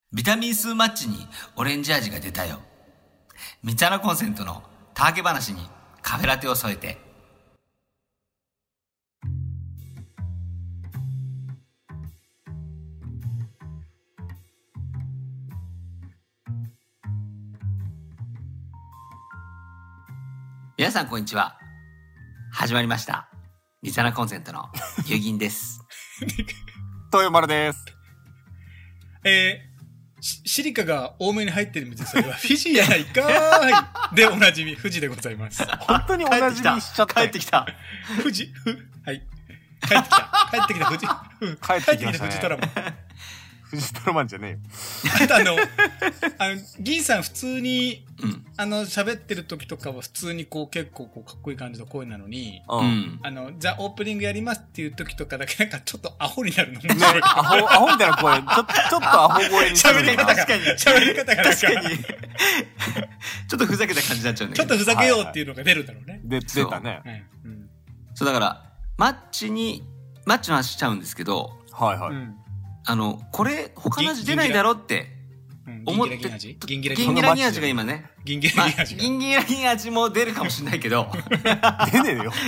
ビタミン数マッチにオレンジ味が出たよ。三ツ穴コンセントのたわけ話にカフェラテを添えて。皆さんこんにちは。始まりました三ツ穴コンセントのゆぎんです。 豊丸です。 シリカが多めに入ってるんです。それはフィジーやないかーいでおなじみ富士でございます。 本当におなじみしちゃった。 帰ってきた。 富士はい帰ってきた富士帰ってきましたね。 富士トラマン。 富士トラマンじゃねえよ。 銀さん普通に、喋ってる時とかは普通にこう結構こうかっこいい感じの声なのに、ザ・オープニングやりますっていう時とかだけなんかちょっとアホになるの面白い。 アホみたいな声、ちょっとアホ声に喋り方が確かになんかちょっとふざけた感じになっちゃうんだけど、 ちょっとふざけようっていうのが出るんだろうね。 出たね。 そうだからマッチの話しちゃうんですけど、 はいはい。 これ他の味出ないだろって思って、 ギンギラギン味が今ね、 ギンギラギン味がギンギラギン味も出るかもしれないけど出ねえよ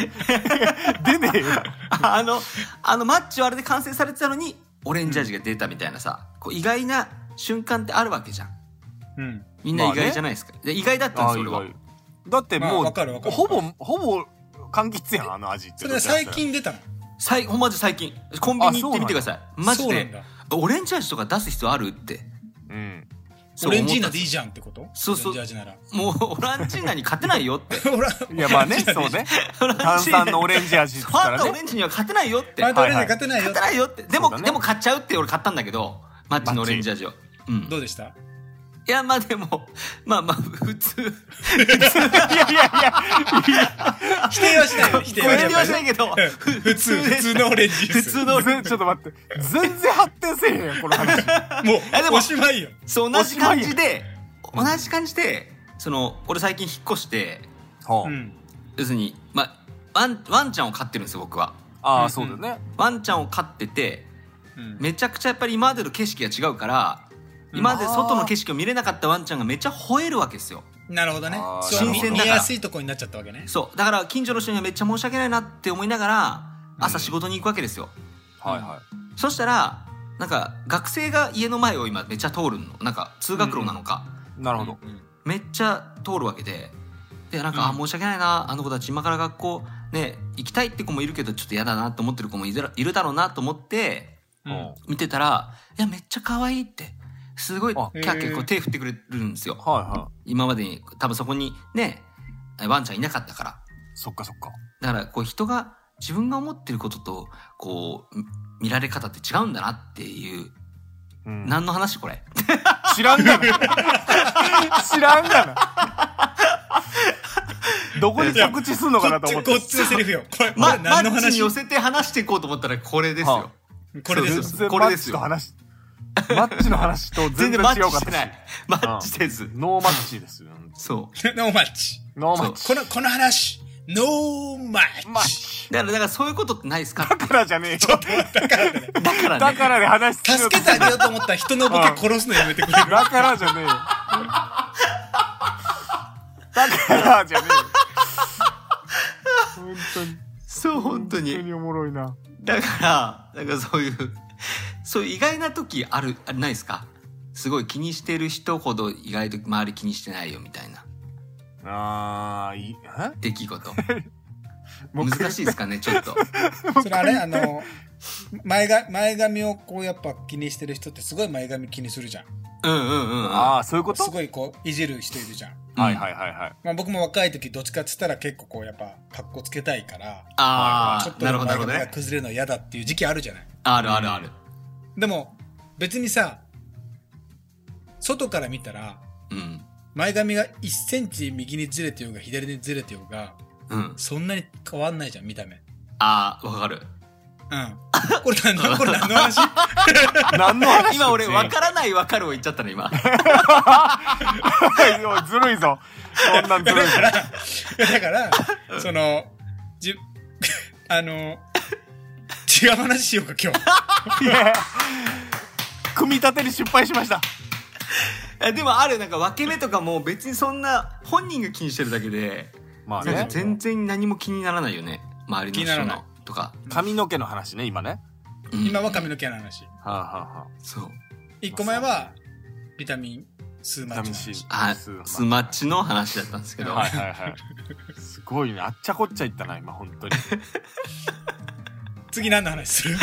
マッチはあれで完成されてたのにオレンジ味が出たみたいなさ、こう意外な瞬間ってあるわけじゃん。みんな意外じゃないですか。で意外だったんですよ、俺は。 だってもう、 わかるほぼ柑橘やん、あの味って。 それは最近出たの？ マジ最近コンビニ行ってみてください。マジでオレンジ味とか出す必要あるって。 オレンジーナでいいじゃんってこと？ そうオレンジ味ならもうオランジーナに勝てないよって。 いやまあね、そうね。炭酸のオレンジ味って言ったらね。 ファンタオレンジには勝てないよって。 ファンタオレンジに勝てないよって。 でも買っちゃうって俺買ったんだけど、マッチのオレンジ味を。 どうでした？ いやまあでもまあ普通。いや否定はしないよ。否定はしないけど普通のオレンジ。 普通のオレンジ。 ちょっと待って、全然発展せえへんこの話。 もうおしまいよ。 そう同じ感じでその俺最近引っ越して、要するにワンちゃんを飼ってるんですよ僕は。 ああそうだよね。 ワンちゃんを飼ってて、めちゃくちゃやっぱり今までの景色が違うから。今まで外の景色を見れなかったワンちゃんがめっちゃ吠えるわけですよ。 なるほどね。 新鮮だから見やすいところになっちゃったわけね。 そうだから近所の人にはめっちゃ申し訳ないなって思いながら朝仕事に行くわけですよ。そしたらなんか学生が家の前を今めっちゃ通るの。なんか通学路なのか、 なるほど、 めっちゃ通るわけでなんか、申し訳ないな、あの子たち今から学校ね行きたいって子もいるけどちょっと嫌だなと思ってる子もいるだろうなと思って、見てたらいやめっちゃ可愛いってすごいキャッキャこう手振ってくれるんですよ。今までに多分そこにねワンちゃんいなかったから。 そっかだからこう人が自分が思ってることとこう見られ方って違うんだなっていう、何の話これ知らんがなどこに着地すんのかなと思って。 こっちのセリフよ。これマッチに寄せて話していこうと思ったらこれですよ。 これですよ。 マッチの話と全然違うかったし。 マッチせず。 ノーマッチですよ。 そう。 ノーマッチ。この話、ノーマッチ。 だからそういうことってないですか？ だからじゃねえよ。 だからで話す。 助けてあげようと思ったら人のボケ殺すのやめてくれる。 だからじゃねえよ。だからじゃねえよ。本当に。 そう、本当に。 本当におもろいな。 だからそういう意外な時あれないですか？すごい気にしてる人ほど意外と周り気にしてないよみたいな。出来事。難しいですかね、ちょっと。 それあれ前髪をこうやっぱ気にしてる人ってすごい前髪気にするじゃん。 そういうこと？ すごいこういじる人いるじゃん。僕も若い時どっちかっつったら結構こうやっぱ格好つけたいから、ちょっと前髪が崩れるの嫌だっていう時期あるじゃない。 ある。 でも別にさ外から見たら、前髪が1センチ右にずれてようが左にずれてようが、そんなに変わんないじゃん見た目。 わかる。 これ何の話？ 何の話？ 今俺分からない分かるを言っちゃったの今。 ずるいぞ。そんなんずるいぞ。 だからその違う話しようか今日。 組み立てに失敗しました。 でもある、なんか分け目とかも別にそんな本人が気にしてるだけで、まあね、全然何も気にならないよね、周りの人のとか。 髪の毛の話ね、今ね。 今は髪の毛の話。 はあ、はあはあ、 そう。 一個前はビタミンスーマッチの話。 あ、スマッチの話だったんですけど。 はいはいはい。すごいね、あっちゃこっちゃいったな今本当に。 次何の話する？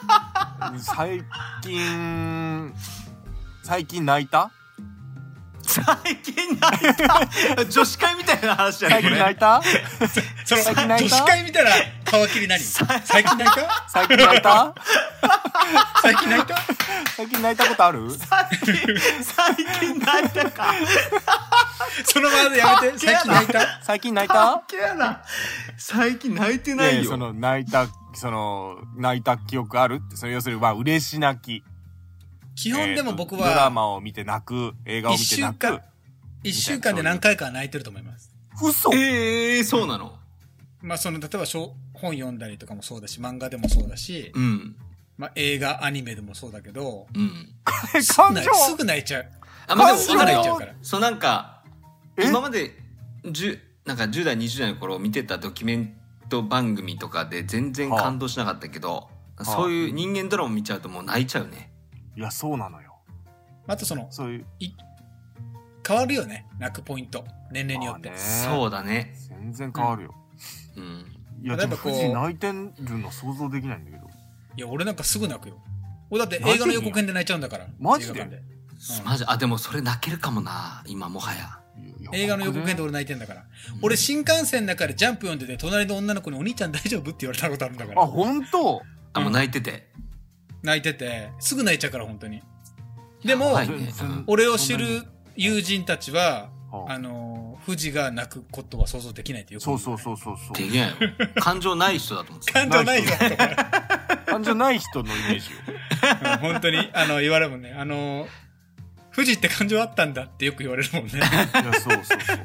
最近泣いた？ 最近泣いた女子会みたいな話じゃない？ 最近泣いた？ 最近泣いた？女子会みたいな皮切り何？最近泣いた？ 最近泣いた？ 最近泣いた？ 最近泣いたことある？ 最近泣いたか。 そのままでやめて。最近泣いた？ 最近泣いた？ 最近泣いてないよ。 泣いた記憶あるって、要するに嬉し泣き。 基本でも僕はドラマを見て泣く、映画を見て泣く。 1週間で何回か泣いてると思います。 嘘？ そうなの？ まあ例えば本読んだりとかもそうだし、漫画でもそうだし、まあ映画、アニメでもそうだけど、すぐ泣いちゃう。 まあでも分かるよ。そうなんか、今までなんか10代、20代の頃見てたドキュメント番組とかで全然感動しなかったけど、そういう人間ドラマ見ちゃうともう泣いちゃうね。 いや、そうなのよ。 あとそういう変わるよね、泣くポイント、年齢によって。 そうだね。 全然変わるよ。いや、でも富士泣いてるの想像できないんだけど。 いや、俺なんかすぐ泣くよ。だって映画の予告編で泣いちゃうんだから。 マジで？ マジ、でもそれ泣けるかもな、今もはや。 映画の予告編で俺泣いてんだから。俺新幹線の中でジャンプ読んでて、隣の女の子にお兄ちゃん大丈夫って言われたことあるんだから。 あ、本当？ もう泣いてて。 すぐ泣いちゃうから本当に。でも、俺を知る友人たちは、富士が泣くことは想像できないってよく言う。 そう。 できないよ。感情ない人だと思って。 感情ない人だと思う。感情ない人のイメージよ。本当に、言われるもんね。富士って感情あったんだってよく言われるもんね。いや、そう。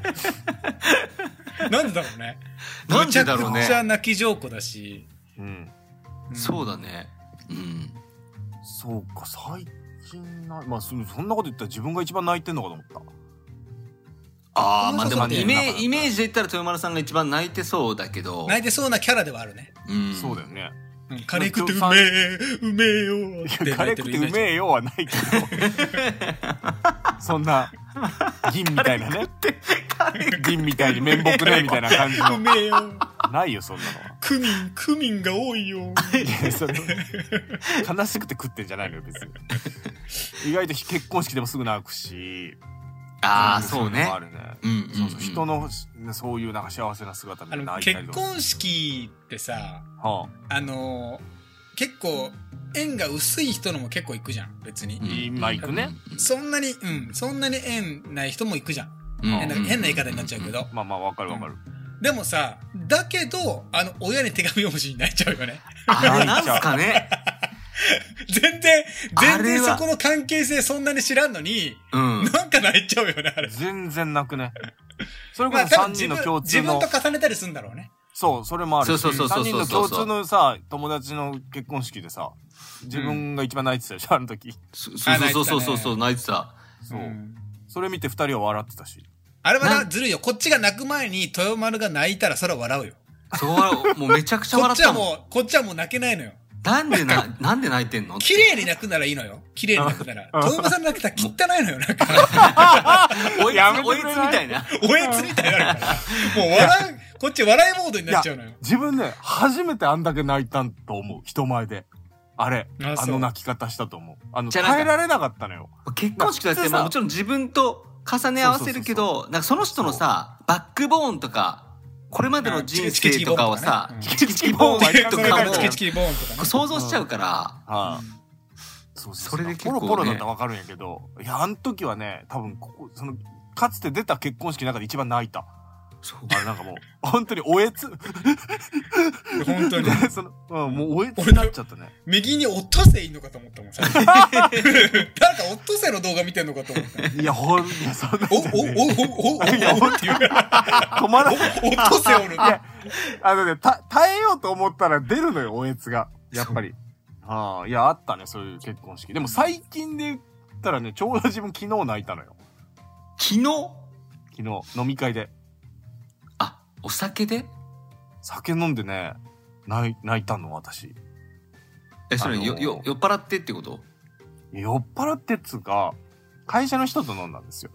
なんでだろうね。 なんでだろうね。 めちゃくちゃ泣き上戸だし。 そうだね。 そうか、最近まあそんなこと言ったら自分が一番泣いてんのかと思った。 まあでもイメージで言ったら豊丸さんが一番泣いてそうだけど。 泣いてそうなキャラではあるね。 そうだよね。 カレー食ってうめえよってカレー食ってうめえよはないけど。そんな銀みたいなね。銀みたいに面目ねみたいな感じの。 うめえよ。 ないよ、そんなのは。 クミンが多いよ。 いや、それ悲しくて食ってんじゃないのよ、別に。意外と結婚式でもすぐ泣くし。 そうね。 人のそういうなんか幸せな姿で泣いたりとか。 結婚式ってさ、結構縁が薄い人のも結構行くじゃん、別に。 今行くね。 そんなに縁ない人も行くじゃん。変な言い方になっちゃうけど。 まあわかる。 でもさ、だけど親に手紙読むしに泣いちゃうよね。 なんすかね。 全然そこの関係性そんなに知らんのに、なんか泣いちゃうよね、あれ。 全然泣くね。それこそ3人の共通の。 自分と重ねたりするんだろうね。 そう、それもあるし。 そう。 3人の共通のさ、友達の結婚式でさ、自分が一番泣いてたでしょ、あの時。 そう、泣いてた。 そう。それ見て2人は笑ってたし。 あれはずるいよ。こっちが泣く前に豊丸が泣いたらそれは笑うよ。 もうめちゃくちゃ笑ったもん。 こっちはもう泣けないのよ。 なんで泣いてんの？ 綺麗に泣くならいいのよ。綺麗に泣くなら。豊丸さんの泣けたら汚いのよ、なんか。 おえつみたいな。 おえつみたいになるから。もうこっち笑いモードになっちゃうのよ。 自分ね、初めてあんだけ泣いたと思う。人前で。あの泣き方したと思う。耐えられなかったのよ。 結婚式だってもちろん自分と重ね合わせるけど、なんかその人のさ、バックボーンとか、これまでの人生とかをさ、チキチキボーンとかも想像しちゃうから、 それで結構ポロポロだったらわかるんやけど、いや、あの時はね、多分かつて出た結婚式の中で一番泣いた。なんかもう、本当におえつ。 本当に。 もうおえつになっちゃったね。 右にオットセイいんのかと思ったもん、なんかオットセイの動画見てんのかと思った。 いや、そんな。 おって言う。 止まらない。 オットセイおる。いや、 耐えようと思ったら出るのよ、おえつが。やっぱり。いや、あったね、そういう結婚式。でも最近で言っったらね、ちょうど自分昨日泣いたのよ。 昨日飲み会で。 あ、お酒で？ 酒飲んでね、泣いたの、私。 それ、酔っ払ってってこと？ 酔っ払ってっつうか、会社の人と飲んだんですよ。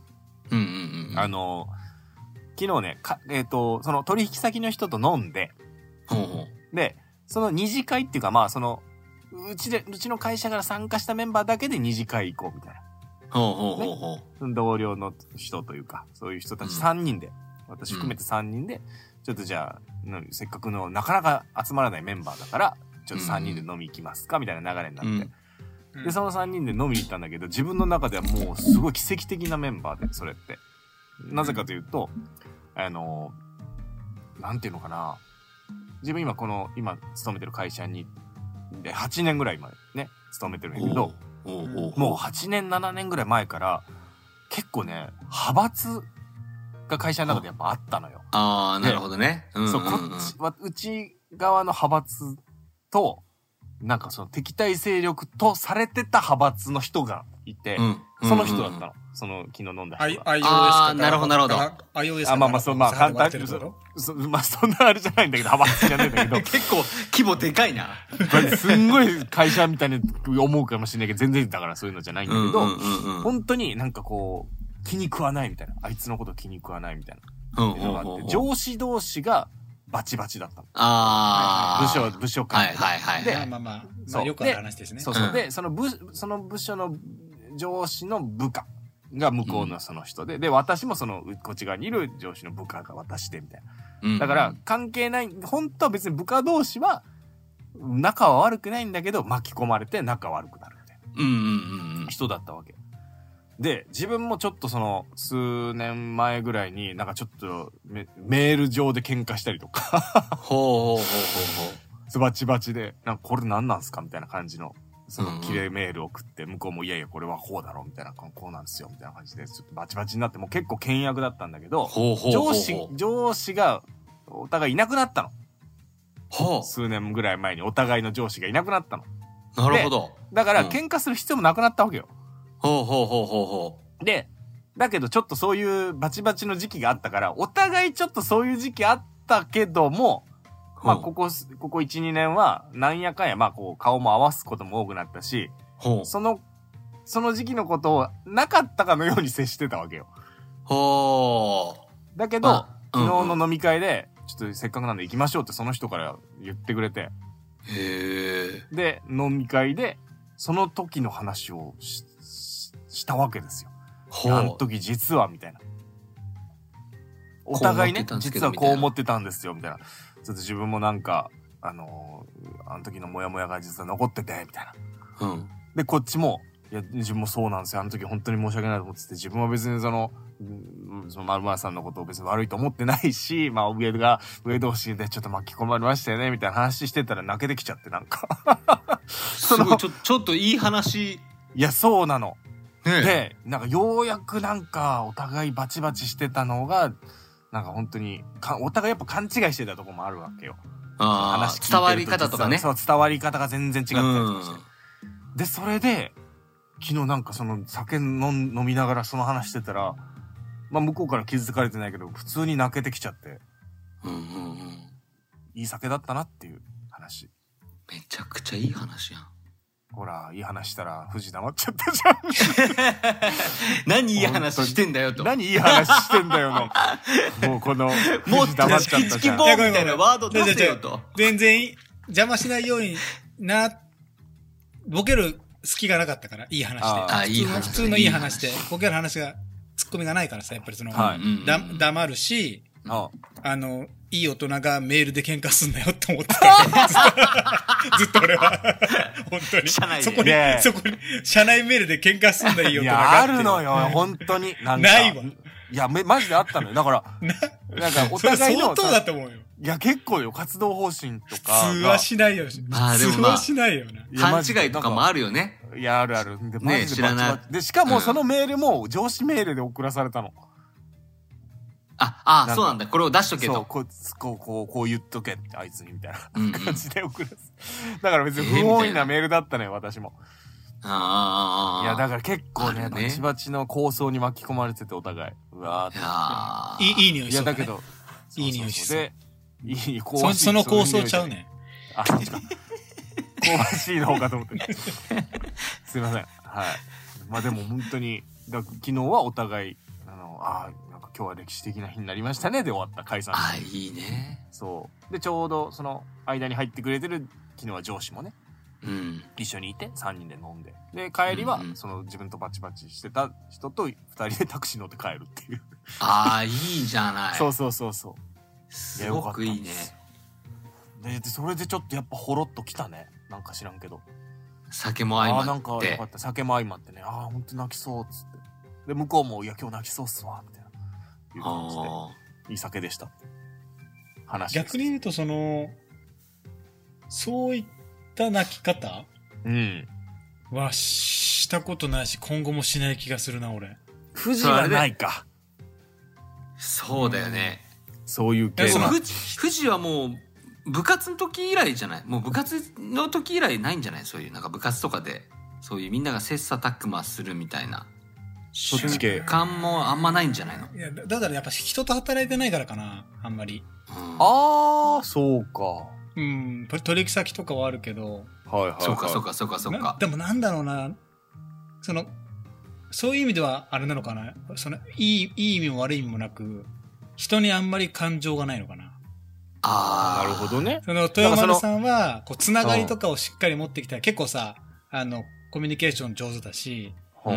昨日ね、その取引先の人と飲んで、で、その二次会っていうか、まあ、うちの会社から参加したメンバーだけで二次会行こうみたいな。同僚の人というか、そういう人たち3人で、私含めて3人で、ちょっとじゃあ、せっかくのなかなか集まらないメンバーだから、ちょっと3人で飲み行きますかみたいな流れになって。で、その3人で飲みに行ったんだけど、自分の中ではもうすごい奇跡的なメンバーで、それって。なぜかというと、なんていうのかな。自分今勤めてる会社に、で、8年ぐらい前ね、勤めてるんだけど、もう8年、7年ぐらい前から、結構ね、派閥が会社の中でやっぱあったのよ。 ああ、なるほどね。 そう、うち側の派閥と、なんかその敵対勢力とされてた派閥の人がいて、その人だったの。昨日飲んだ人が。 ああ、なるほど、なるほど。 iOS か。まあ、簡単に。まあ、そんなあれじゃないんだけど、派閥じゃないんだけど。 結構、規模でかいな。 すんごい会社みたいに思うかもしれないけど、全然だからそういうのじゃないんだけど、本当になんかこう、気に食わないみたいな。あいつのこと気に食わないみたいな。上司同士が、バチバチだったの。部署間で。 で、まあ、よくある話ですね。 そう。で、その部署の上司の部下が向こうのその人で、で、私もこっち側にいる上司の部下が私で、みたいな。だから、関係ない、本当は別に部下同士は、仲は悪くないんだけど、巻き込まれて仲悪くなるみたいな。人だったわけ。で、自分もちょっと数年前ぐらいになんかちょっとメール上で喧嘩したりとか。バチバチで、なんかこれ何なんすかみたいな感じの、綺麗メール送って、向こうもいやいやこれはこうだろみたいな、こうなんですよみたいな感じで、ちょっとバチバチになって、もう結構険悪だったんだけど、上司がお互いいなくなったの。数年ぐらい前にお互いの上司がいなくなったの。 なるほど。 だから喧嘩する必要もなくなったわけよ。で、だけどちょっとそういうバチバチの時期があったから、お互いちょっとそういう時期あったけども、まあここ1、2年はなんやかんやまあこう顔も合わすことも多くなったし、その時期のことをなかったかのように接してたわけよ。だけど、昨日の飲み会で、ちょっとせっかくなんで行きましょうってその人から言ってくれて。で、飲み会で、その時の話をしたわけですよ。あの時実はみたいな。お互いね、実はこう思ってたんですよみたいな。ちょっと自分もなんか、あの時のモヤモヤが実は残ってて、みたいな。で、こっちも、いや、自分もそうなんですよ。あの時本当に申し訳ないと思ってて、自分は別に〇〇さんのことを別に悪いと思ってないし、まあ上同士でちょっと巻き込まれましたよね、みたいな話してたら泣けてきちゃって、なんか。 すごい、ちょっといい話。 いや、そうなの。で、なんかようやくなんかお互いバチバチしてたのが、なんか本当に、お互いやっぱ勘違いしてたとこもあるわけよ。 話聞いてると伝わり方とかね。 そう、伝わり方が全然違ったりとかして。で、それで、昨日なんか酒飲みながらその話してたら、まあ向こうから気づかれてないけど、普通に泣けてきちゃって。いい酒だったなっていう話。 めちゃくちゃいい話やん。 ほら、いい話したら、富士黙っちゃったじゃん。 何いい話してんだよと。 何いい話してんだよの。もうこの、 もっとチキチキボーみたいなワード出せよと。 全然邪魔しないようにボケる隙がなかったから、いい話で。普通のいい話で、ボケる話が、ツッコミがないからさ、やっぱり黙るし、いい大人がメールで喧嘩すんなよって思ってた。ずっと俺は。本当に。 社内で。 そこに、社内メールで喧嘩すんだいい大人が。 いや、あるのよ、本当に。 ないわ。 いや、マジであったのよ。だから、なんかお互いの。 相当だと思うよ。 いや、結構よ、活動方針とか。 普通はしないよ。普通はしないよな。 勘違いとかもあるよね。 いや、あるある。 ね、知らない。 で、しかもそのメールも上司メールで送らされたの。 そうなんだ。これを出しとけと。 こう言っとけって、あいつに、みたいな感じで送らす。だから別に不本意なメールだったのよ、私も。 いや、だから結構ね、バチバチの抗争に巻き込まれてて、お互い。うわーって。いい匂いしそう。いや、だけど、いい匂いしそう。で、その構想ちゃうねん。 あ、そっちか。香ばしいの方かと思って。すいません。はい。まあでも本当に、昨日はお互い、なんか今日は歴史的な日になりましたねで終わった解散。 あ、いいね。 そう。で、ちょうどその間に入ってくれてる、昨日は上司もね、一緒にいて3人で飲んで。で、帰りは、その自分とバチバチしてた人と2人でタクシー乗って帰るっていう。 ああ、いいじゃない。 そうそうそうそう。 すごくいいね。 で、それでちょっとやっぱほろっときたね。なんか知らんけど。 酒も相まって。 なんかよかった。酒も相まってね。ほんと泣きそうっつって。で、向こうも、いや、今日泣きそうっすわ、みたいな。いう感じで。いい酒でしたって話。 逆に言うと、そういった泣き方はしたことないし、今後もしない気がするな、俺。 富士はないか。 そうだよね。 そういう系。 富士はもう、部活の時以来じゃない？もう部活の時以来ないんじゃない？そういうなんか部活とかでそういうみんなが切磋琢磨するみたいな瞬間もあんまないんじゃないの？ いや、だからやっぱ人と働いてないからかな、あんまり。 ああ、そうか。 取引先とかはあるけど。 はいはい。 そうか。 でもなんだろうな、そういう意味ではあれなのかな。いい意味も悪い意味もなく、人にあんまり感情がないのかな。 なるほどね。 豊丸さんは、つながりとかをしっかり持ってきたら、結構さ、コミュニケーション上手だし、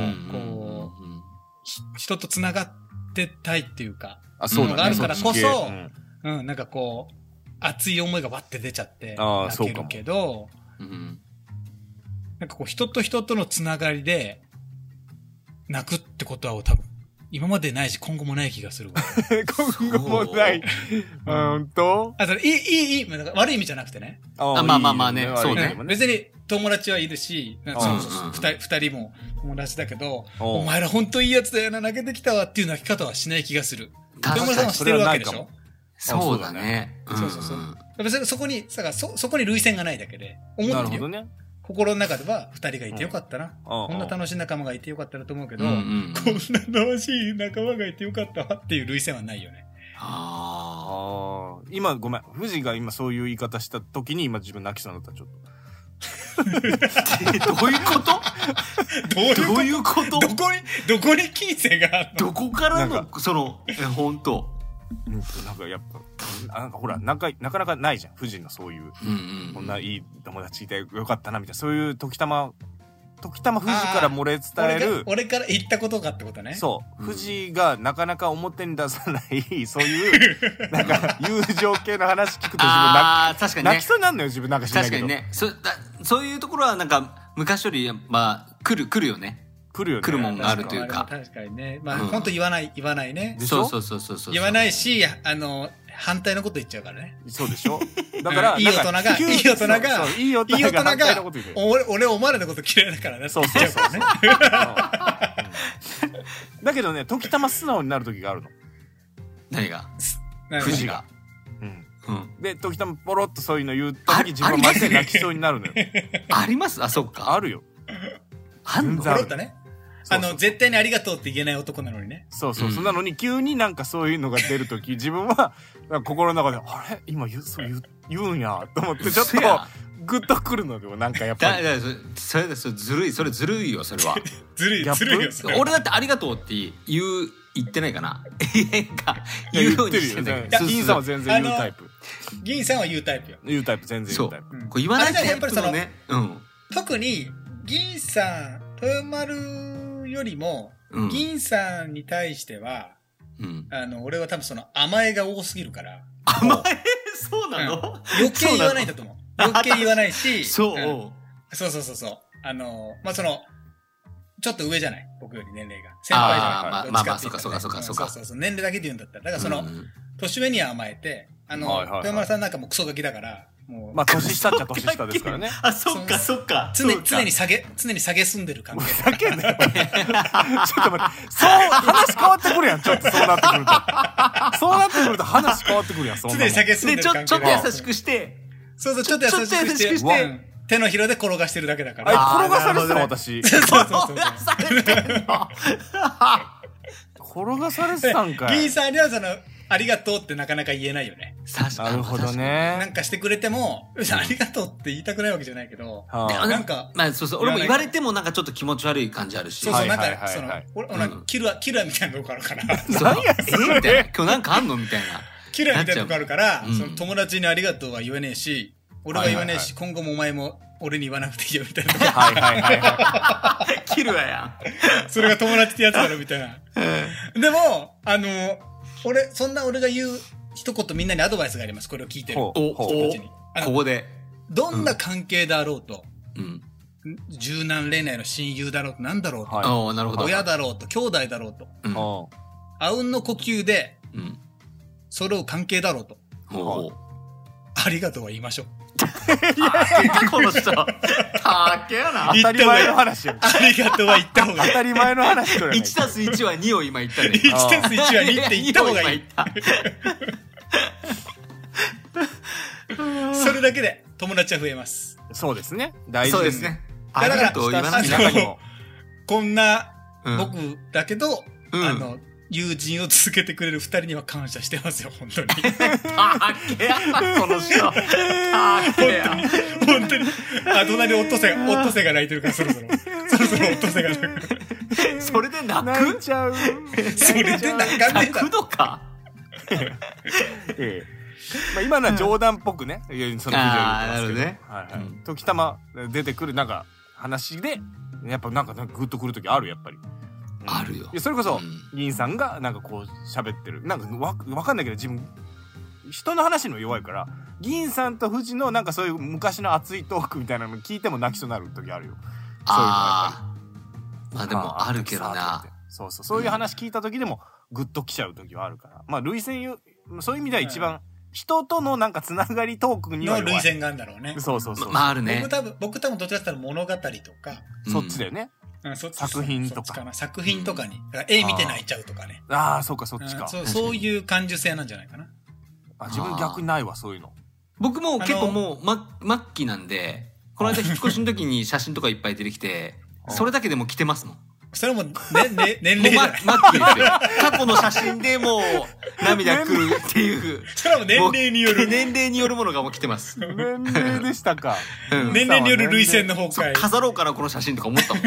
人とつながってたいっていうか、 そうのがあるからこそ、なんか熱い思いがバッて出ちゃって、泣けるけど、なんか人と人とのつながりで、泣くってことは多分、今までないし、今後もない気がするわ。 今後もない。本当？ いい、悪い意味じゃなくてね。 まあね、そうね。 別に友達はいるし、二人も友達だけど、お前ら本当いいやつだよな、泣けてきたわっていう泣き方はしない気がする。友達さんはしてるわけでしょ？ そうだね。 そう。別にそこに類線がないだけで、思ってるよ。なるほどね。心の中では二人がいてよかったな。こんな楽しい仲間がいてよかったなと思うけど、こんな楽しい仲間がいてよかったわっていう類線はないよね。 今ごめん。富士が今そういう言い方した時に今自分泣きそうになったちょっと。どういうこと？どういうこと？ どこに金銭があるの？ どこからの本当。 なんかやっぱなんかほらなかなかないじゃん富士のそういうこんないい友達いてよかったなみたいなそういう時たま富士から漏れ伝える俺から言ったことかってことね。 そう富士がなかなか表に出さないそういうなんか友情系の話聞くと自分泣きそうになるのよ自分なんか知らないけど。 確かにねそういうところはなんか昔よりやっぱ来るよね。来るもんがあるというか。 確かにね。まあ、本当言わないね。 そう。 言わないし、反対のこと言っちゃうからね。 そうでしょ？だから、 いい大人が、俺お前らのこと嫌いだからね。そう。 だけどね、時たま素直になる時があるの。 何が？富士が。 で、時たまポロッとそういうの言った時自分はマジで泣きそうになるのよ。 あります？あ、そっか。 あるよ。 ポロッとね。絶対にありがとうって言えない男なのにね。 そう。そんなのに急になんかそういうのが出るとき、自分は心の中で、あれ今言うんやと思って、ちょっとグッとくるのでもなんかやっぱり。 それずるい、それは。 ずるいよ。 俺だってありがとうって言ってないかな。言うようにしてんだけど。 銀さんは全然言うタイプ。 銀さんは言うタイプよ。 言うタイプ、全然言うタイプ。 これ言わないタイプのね。 特に、銀さん、豊丸よりも、銀さんに対しては、俺は多分甘えが多すぎるから。 甘えそうなの？ 余計言わないんだと思う。余計言わないし、 そう。 まあちょっと上じゃない僕より年齢が。先輩じゃない。 まあ、そうか。 そう。年齢だけで言うんだったら。だから年上には甘えて、豊丸さんなんかもうクソガキだから、もう。 まあ、年下っちゃ年下ですからね。 あ、そっか。 常に下げすんでる感じ。 だけだよ。ちょっと待って。話変わってくるやん、ちょっとそうなってくると。そうなってくると話変わってくるやん、そんな。 常に下げすんでる感じ。 ちょっと優しくして。 そう、ちょっと優しくして。 手のひらで転がしてるだけだから。 転がされてた私。 そう。 転がされてんの転がされてたんかい。 議員さんにはありがとうってなかなか言えないよね。 なるほどね。 なんかしてくれても、ありがとうって言いたくないわけじゃないけど、なんか、 まあそう、俺も言われてもなんかちょっと気持ち悪い感じあるし。 そう、なんか、俺、キラーみたいなとこあるから。 何やみたいな。今日なんかあんのみたいな。 キラーみたいなとこあるから、友達にありがとうは言わねえし、俺は言わねえし、今後もお前も俺に言わなくていいよみたいな。 キルアやん。それが友達ってやつだろみたいな。でも、俺が言う一言みんなにアドバイスがあります。これを聞いてる人たちに。 ここで。 どんな関係であろうと、柔軟恋愛の親友だろうと、なんだろうと、 なるほど。 親だろうと、兄弟だろうと、あうんの呼吸で、揃う関係だろうと、ありがとうは言いましょう。 この人。たけやな。 当たり前の話よ。 ありがとうは言った方がいい。 当たり前の話それ。 1+1 は2を今言ったね。 1+1 は2って言った方がいい。それだけで友達は増えます。 そうですね。大事ですね。 ありがとう言わなくても。 こんな僕だけど、友人を続けてくれる二人には感謝してますよ、本当に。 たけやな、この人。たけや。 本当に。隣オットセが泣いてるから、そろそろオットセが泣く。 それで泣いちゃう。 それで泣かねえだろ。 泣くのか。 まあ今のは冗談っぽくね、そのビデオ言ってますけど。 ね。 時たま出てくるなんか話で、やっぱなんかグッとくるときある、やっぱり。 あるよ。 それこそ、議員さんがなんかこう喋ってる。なんかわかんないけど自分、人の話にも弱いから、議員さんと藤のなんかそういう昔の熱いトークみたいなの聞いても泣きそうになる時あるよ。そういうのやっぱり。まあでもあるけどな。 そういう話聞いた時でもグッときちゃう時はあるから。まあ類線、そういう意味では一番、人とのなんかつながりトークにはの類線があるんだろうね。 そう。 まああるね。 僕多分どっちかって言ったら物語とか。 そっちだよね。作品とか。 作品とかに。絵見て泣いちゃうとかね。 そうか、そっちか。 そういう感受性なんじゃないかな。 自分逆にないわ、そういうの。 僕も結構もう末期なんで、この間引っ越しの時に写真とかいっぱい出てきて、それだけでも着てますもん。 それも、年齢じゃない。 末期ですよ。過去の写真でもう涙くるっていう。 それはもう年齢による。 年齢によるものがもう来てます。 年齢でしたか。 年齢による類線の崩壊。 飾ろうかな、この写真とか思ったもん。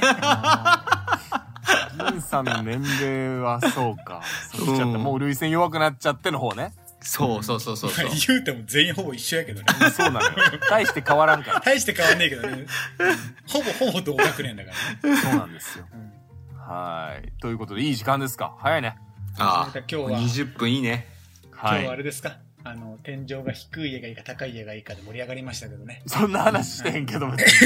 銀さんの年齢はそうか。もう類線弱くなっちゃっての方ね。 そう。 言うても全員ほぼ一緒やけどね。 そうなのよ。大して変わらんから。 大して変わんねえけどね。ほぼ同学年だからね。 そうなんですよ。はい。ということで、いい時間ですか。早いね。 今日は20分いいね。 今日はあれですか。天井が低い家がいいか高い家がいいかで盛り上がりましたけどね。 そんな話してへんけど、別に。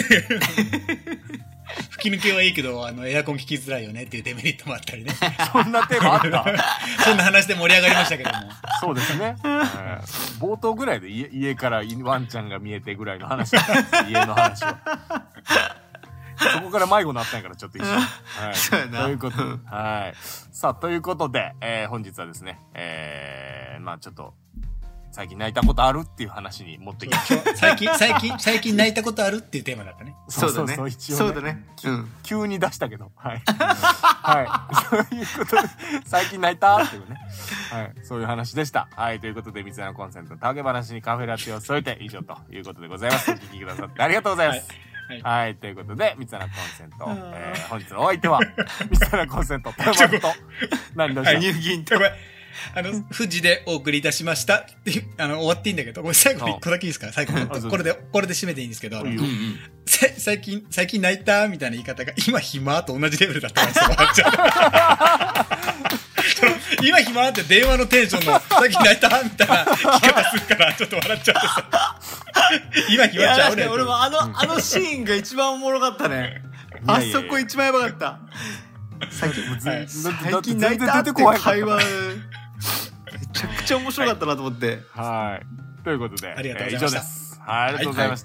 吹き抜けはいいけど、エアコン効きづらいよねっていうデメリットもあったりね。 そんなテーマあったそんな話で盛り上がりましたけども。 そうですね。冒頭ぐらいで家からワンちゃんが見えてぐらいの話。家の話は。そこから迷子になったんやから、ちょっと一緒。 そうやな。 ということで。はい。さあ、ということで、本日はですね、まあちょっと、最近泣いたことあるっていう話に持ってきました。 最近泣いたことあるっていうテーマだったね。 そうだね。そうだね。 急に出したけど。はい。はい。そういうことで、最近泣いたっていうね。はい。そういう話でした。はい。ということで、三つ穴コンセント、たわけ話にカフェラティを添えて以上ということでございます。お聞きくださってありがとうございます。はい。ということで、三つ穴コンセント、本日のお相手は、三つ穴コンセント、豊丸と、何でしょう。 入銀と。 富士でお送りいたしましたって、終わっていいんだけど、これ最後に1個だけいいですか？最後これで締めていいんですけど、最近泣いたみたいな言い方が、今暇と同じレベルだったら笑っちゃう。今暇って電話のテンションの、最近泣いたみたいな言い方するから、ちょっと笑っちゃってさ。今暇ちゃうねん。 俺もあのシーンが一番おもろかったね。あそこ一番やばかった。最近泣いたって会話、めちゃくちゃ面白かったなと思って。 はい。ということで、 ありがとうございました。 以上です。はい、ありがとうございました。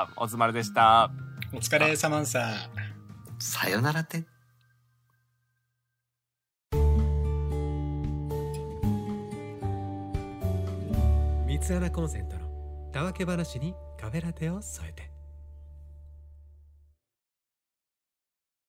おつまるでした。 お疲れ様んさ。 さよならて。 三つ穴コンセントのたわけ話にカフェラテを添えて。